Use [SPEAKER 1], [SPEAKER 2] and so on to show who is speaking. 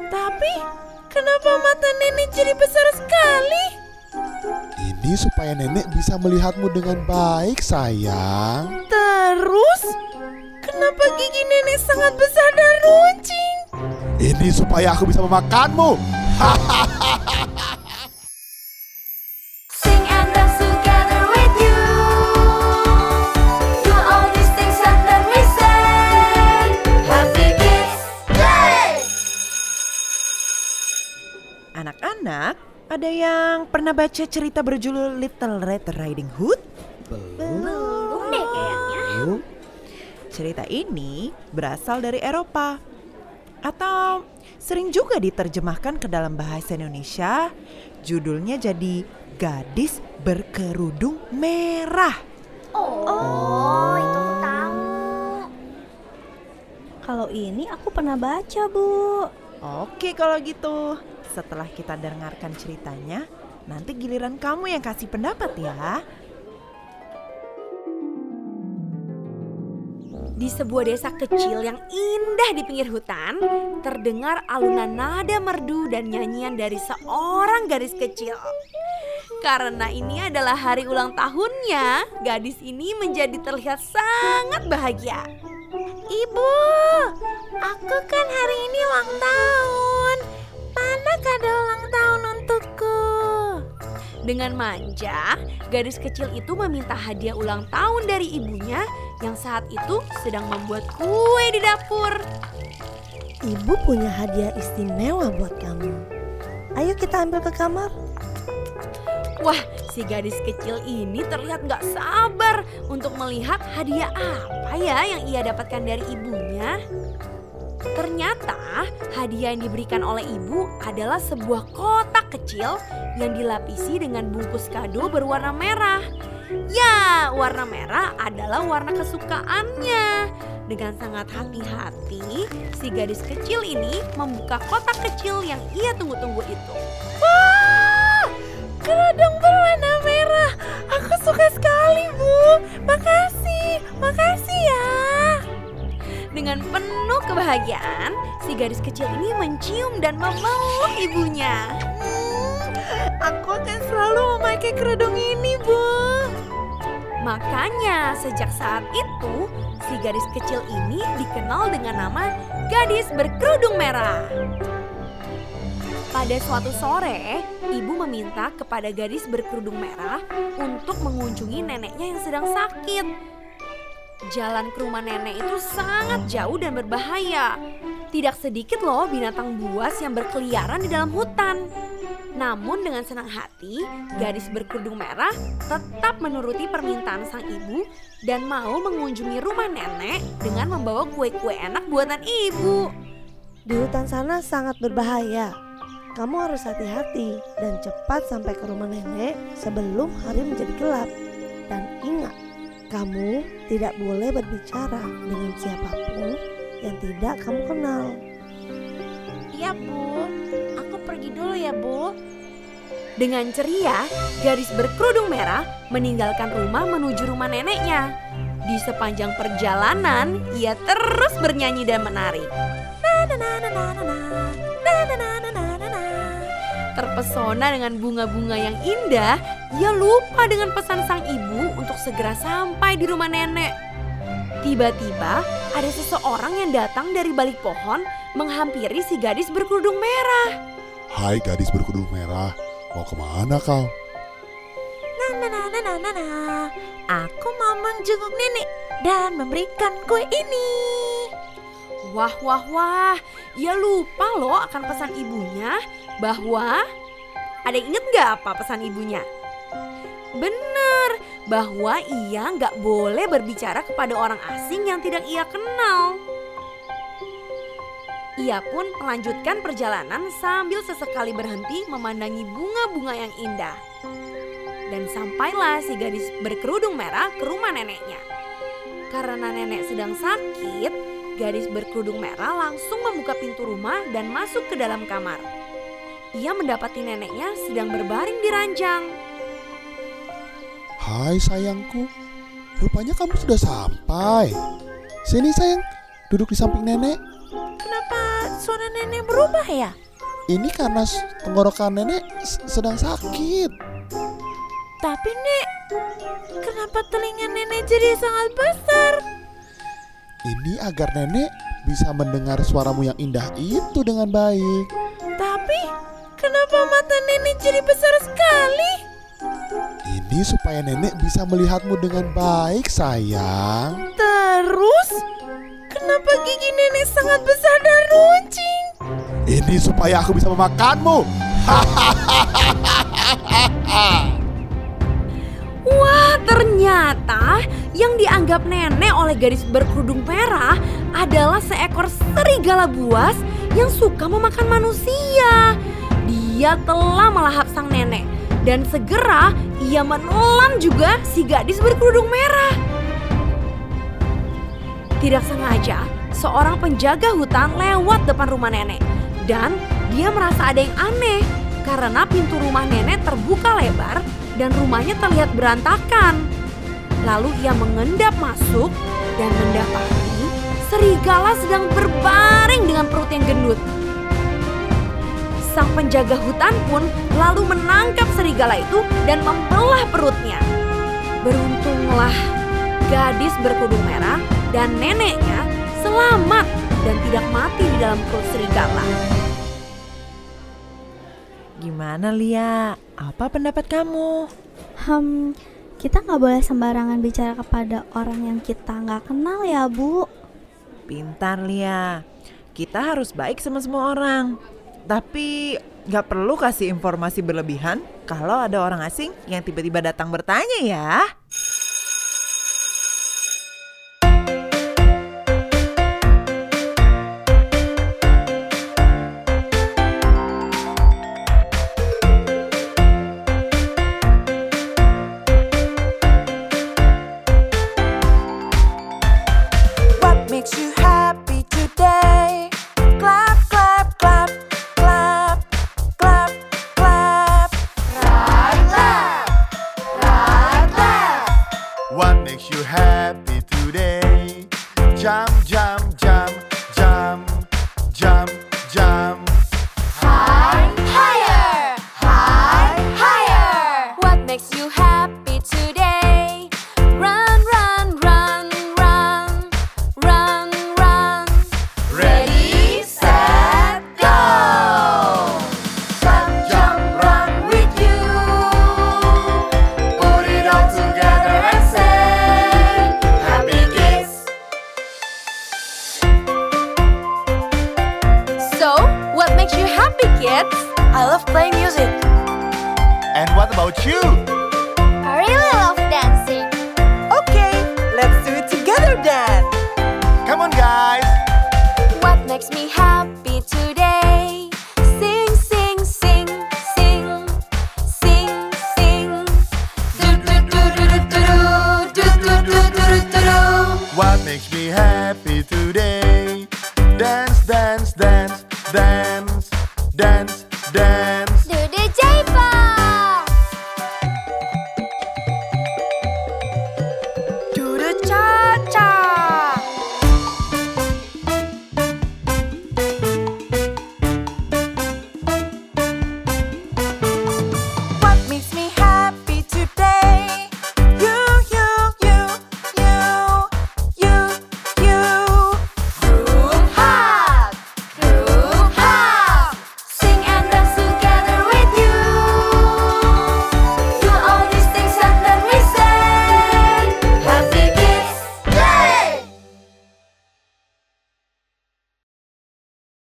[SPEAKER 1] Tapi kenapa mata nenek jadi besar sekali?
[SPEAKER 2] Ini supaya nenek bisa melihatmu dengan baik, sayang.
[SPEAKER 1] Terus, kenapa gigi nenek sangat besar dan runcing?
[SPEAKER 2] Ini supaya aku bisa memakanmu.
[SPEAKER 3] Sing and dance together with you. Do all these things and then we say Happy Kids Day.
[SPEAKER 1] Anak-anak, ada yang pernah baca cerita berjudul Little Red Riding Hood?
[SPEAKER 3] Belum deh kayaknya.
[SPEAKER 1] Cerita ini berasal dari Eropa atau sering juga diterjemahkan ke dalam bahasa Indonesia. Judulnya jadi Gadis Berkerudung Merah.
[SPEAKER 3] Oh, itu aku tahu.
[SPEAKER 4] Kalau ini aku pernah baca, Bu.
[SPEAKER 1] Oke kalau gitu, setelah kita dengarkan ceritanya, nanti giliran kamu yang kasih pendapat ya.
[SPEAKER 5] Di sebuah desa kecil yang indah di pinggir hutan, terdengar alunan nada merdu dan nyanyian dari seorang gadis kecil. Karena ini adalah hari ulang tahunnya, gadis ini menjadi terlihat sangat bahagia.
[SPEAKER 3] Ibu, aku kan hari ini ulang tahun. Mana kado ulang tahun untukku?
[SPEAKER 5] Dengan manja, gadis kecil itu meminta hadiah ulang tahun dari ibunya yang saat itu sedang membuat kue di dapur.
[SPEAKER 4] Ibu punya hadiah istimewa buat kamu. Ayo kita ambil ke kamar.
[SPEAKER 5] Wah, si gadis kecil ini terlihat gak sabar untuk melihat hadiah apa ya yang ia dapatkan dari ibunya. Ternyata hadiah yang diberikan oleh ibu adalah sebuah kotak kecil yang dilapisi dengan bungkus kado berwarna merah. Ya, warna merah adalah warna kesukaannya. Dengan sangat hati-hati, si gadis kecil ini membuka kotak kecil yang ia tunggu-tunggu itu.
[SPEAKER 1] Wah, kerudung berwarna merah. Aku suka sekali, Bu. Makasih ya.
[SPEAKER 5] Dengan penuh kebahagiaan, si gadis kecil ini mencium dan memeluk ibunya.
[SPEAKER 1] Aku akan selalu memakai kerudung ini, Bu.
[SPEAKER 5] Makanya sejak saat itu, si gadis kecil ini dikenal dengan nama Gadis Berkerudung Merah. Pada suatu sore, ibu meminta kepada gadis berkerudung merah untuk mengunjungi neneknya yang sedang sakit. Jalan ke rumah nenek itu sangat jauh dan berbahaya. Tidak sedikit loh binatang buas yang berkeliaran di dalam hutan. Namun dengan senang hati, gadis berkerudung merah tetap menuruti permintaan sang ibu dan mau mengunjungi rumah nenek dengan membawa kue-kue enak buatan ibu.
[SPEAKER 4] Di hutan sana sangat berbahaya. Kamu harus hati-hati dan cepat sampai ke rumah nenek sebelum hari menjadi gelap. Dan ingat, kamu tidak boleh berbicara dengan siapapun yang tidak kamu kenal.
[SPEAKER 3] Iya, Bu. Aku pergi dulu ya, Bu.
[SPEAKER 5] Dengan ceria, gadis berkerudung merah meninggalkan rumah menuju rumah neneknya. Di sepanjang perjalanan, ia terus bernyanyi dan menari. Terpesona dengan bunga-bunga yang indah, ia lupa dengan pesan sang ibu untuk segera sampai di rumah nenek. Tiba-tiba ada seseorang yang datang dari balik pohon menghampiri si gadis berkerudung merah.
[SPEAKER 2] Hai gadis berkerudung merah, mau kemana kau?
[SPEAKER 3] Aku mau menjenguk nenek dan memberikan kue ini.
[SPEAKER 5] Wah, ia lupa loh akan pesan ibunya bahwa... Ada yang inget gak apa pesan ibunya? Bener, bahwa ia gak boleh berbicara kepada orang asing yang tidak ia kenal. Ia pun melanjutkan perjalanan sambil sesekali berhenti memandangi bunga-bunga yang indah. Dan sampailah si gadis berkerudung merah ke rumah neneknya. Karena nenek sedang sakit, gadis berkerudung merah langsung membuka pintu rumah dan masuk ke dalam kamar. Ia mendapati neneknya sedang berbaring di ranjang.
[SPEAKER 2] Hai sayangku, rupanya kamu sudah sampai. Sini sayang, duduk di samping nenek.
[SPEAKER 1] Kenapa suara nenek berubah ya?
[SPEAKER 2] Ini karena tenggorokan nenek sedang sakit.
[SPEAKER 1] Tapi Nek, kenapa telinga nenek jadi sangat besar?
[SPEAKER 2] Ini agar nenek bisa mendengar suaramu yang indah itu dengan baik.
[SPEAKER 1] Tapi kenapa mata nenek jadi besar sekali?
[SPEAKER 2] Ini supaya nenek bisa melihatmu dengan baik, sayang.
[SPEAKER 1] Terus, kenapa gigi nenek sangat besar dan runcing?
[SPEAKER 2] Ini supaya aku bisa memakanmu.
[SPEAKER 5] Wah, ternyata yang dianggap nenek oleh gadis berkerudung merah adalah seekor serigala buas yang suka memakan manusia. Dia telah melahap sang nenek dan segera ia menelan juga si gadis berkerudung merah. Tidak sengaja, seorang penjaga hutan lewat depan rumah nenek dan dia merasa ada yang aneh karena pintu rumah nenek terbuka lebar dan rumahnya terlihat berantakan. Lalu ia mengendap masuk dan mendapati serigala sedang berbaring dengan perut yang gendut. Sang penjaga hutan pun lalu menangkap serigala itu dan membelah perutnya. Beruntunglah gadis berkerudung merah dan neneknya selamat dan tidak mati di dalam perut serigala.
[SPEAKER 1] Gimana Lia? Apa pendapat kamu?
[SPEAKER 3] Kita nggak boleh sembarangan bicara kepada orang yang kita nggak kenal ya, Bu.
[SPEAKER 1] Pintar Lia. Kita harus baik sama semua orang. Tapi nggak perlu kasih informasi berlebihan kalau ada orang asing yang tiba-tiba datang bertanya ya.
[SPEAKER 6] Makes you happy today. Clap, clap, clap, clap, clap, clap. Clap, clap, clap, clap.
[SPEAKER 2] What makes you happy today? Jump, jump, jump, jump, jump, jump.
[SPEAKER 6] High, higher, high, higher. What makes you happy today? Run, run, run, run, run, run. Ready, set, go. Jump, jump, run with you. Put it all together and say, happy kids. So, what makes you happy, kids? I love playing music.
[SPEAKER 2] And what about you?
[SPEAKER 3] I really love dancing.
[SPEAKER 6] Okay, let's do it together then.
[SPEAKER 2] Come on, guys.